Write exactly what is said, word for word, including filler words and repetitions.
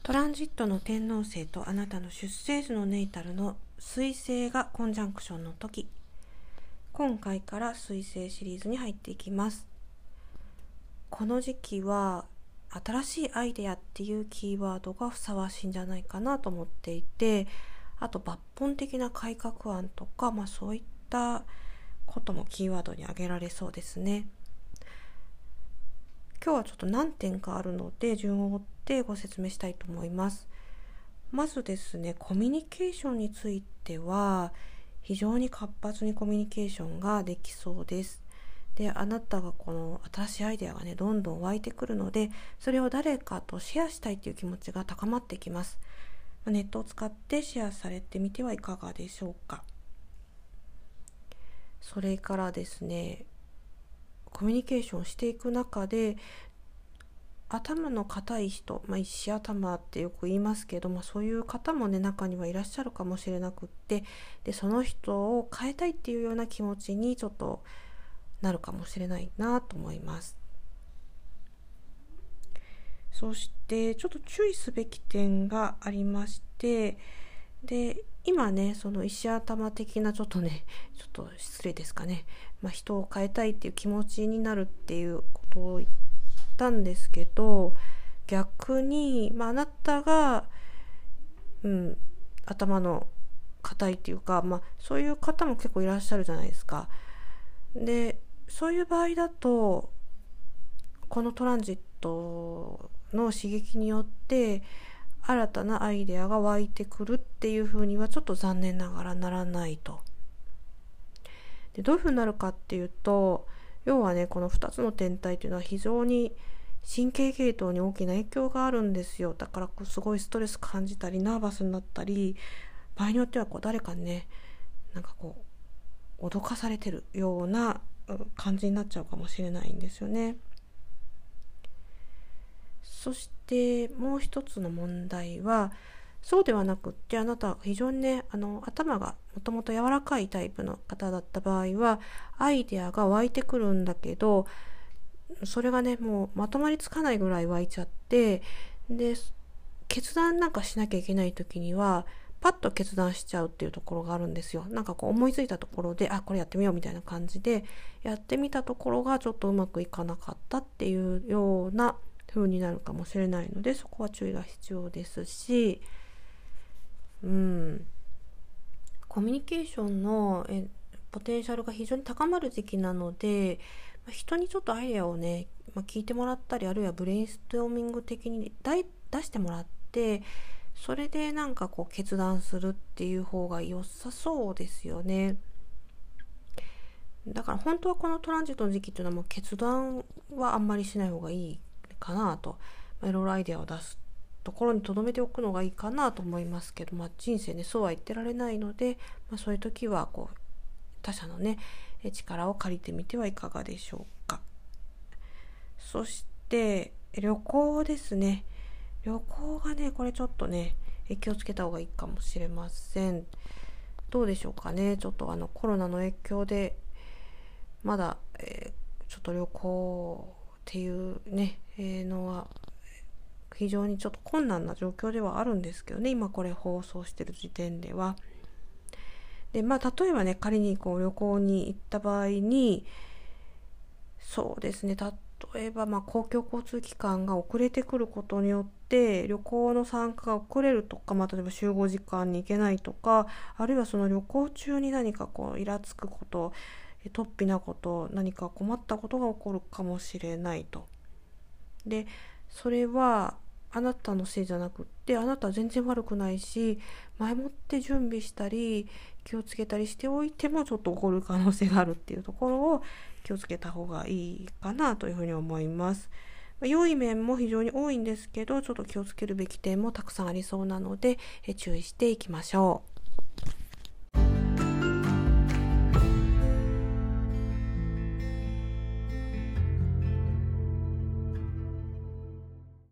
トランジットの天王星とあなたの出生時のネイタルの水星がコンジャンクションの時、今回から水星シリーズに入っていきます。この時期は新しいアイデアっていうキーワードがふさわしいんじゃないかなと思っていて、あと抜本的な改革案とか、まあ、そういったこともキーワードに挙げられそうですね。今日はちょっと何点かあるので順を追ってご説明したいと思います。まずですね、コミュニケーションについては非常に活発にコミュニケーションができそうです。で、あなたがこの新しいアイデアがねどんどん湧いてくるので、それを誰かとシェアしたいという気持ちが高まってきます。ネットを使ってシェアされてみてはいかがでしょうか。それからですね、コミュニケーションしていく中で頭の固い人、まあ、石頭ってよく言いますけども、そういう方もね中にはいらっしゃるかもしれなくって、でその人を変えたいっていうような気持ちにちょっとなるかもしれないなと思います。そしてちょっと注意すべき点がありまして、で今ねその石頭的なちょっとねちょっと失礼ですかね、まあ、人を変えたいっていう気持ちになるっていうことを言ったんですけど、逆に、まあ、あなたが、うん、頭の固いっていうか、まあ、そういう方も結構いらっしゃるじゃないですか。でそういう場合だとこのトランジットの刺激によって新たなアイデアが湧いてくるっていうふうにはちょっと残念ながらならないと。でどういうふうになるかっていうと、要はねこのふたつの天体というのは非常に神経系統に大きな影響があるんですよ。だからすごいストレス感じたりナーバスになったり、場合によってはこう誰かにねなんかこう脅かされてるような感じになっちゃうかもしれないんですよね。そしてもう一つの問題は、そうではなくって、あなたが非常にねあの頭がもともと柔らかいタイプの方だった場合はアイデアが湧いてくるんだけど、それがねもうまとまりつかないぐらい湧いちゃって、で決断なんかしなきゃいけない時にはパッと決断しちゃうっていうところがあるんですよ。なんかこう思いついたところであこれやってみようみたいな感じでやってみたところがちょっとうまくいかなかったっていうような風になるかもしれないので、そこは注意が必要ですし、うんコミュニケーションのえポテンシャルが非常に高まる時期なので、人にちょっとアイデアをね、まあ、聞いてもらったり、あるいはブレインストーミング的に出してもらって、それでなんかこう決断するっていう方が良さそうですよね。だから本当はこのトランジットの時期っていうのはもう決断はあんまりしない方がいいかなと、まあ、いろいろアイデアを出すところに留めておくのがいいかなと思いますけど、まあ、人生ねそうは言ってられないので、まあ、そういう時はこう他者のね力を借りてみてはいかがでしょうか。そして旅行ですね。旅行がねこれちょっとね気をつけた方がいいかもしれません。どうでしょうかね。ちょっとあのコロナの影響でまだ、えー、ちょっと旅行っていうね、えー、のは非常にちょっと困難な状況ではあるんですけどね、今これ放送してる時点では。でまあ例えばね仮にこう旅行に行った場合に、そうですね例えばまあ公共交通機関が遅れてくることによって旅行の参加が遅れるとか、まあ、例えば集合時間に行けないとか、あるいはその旅行中に何かこうイラつくこと、突飛なこと、何か困ったことが起こるかもしれないと。でそれはあなたのせいじゃなくって、あなたは全然悪くないし、前もって準備したり気をつけたりしておいてもちょっと起こる可能性があるっていうところを気をつけた方がいいかなというふうに思います。良い面も非常に多いんですけど、ちょっと気をつけるべき点もたくさんありそうなので注意していきましょう。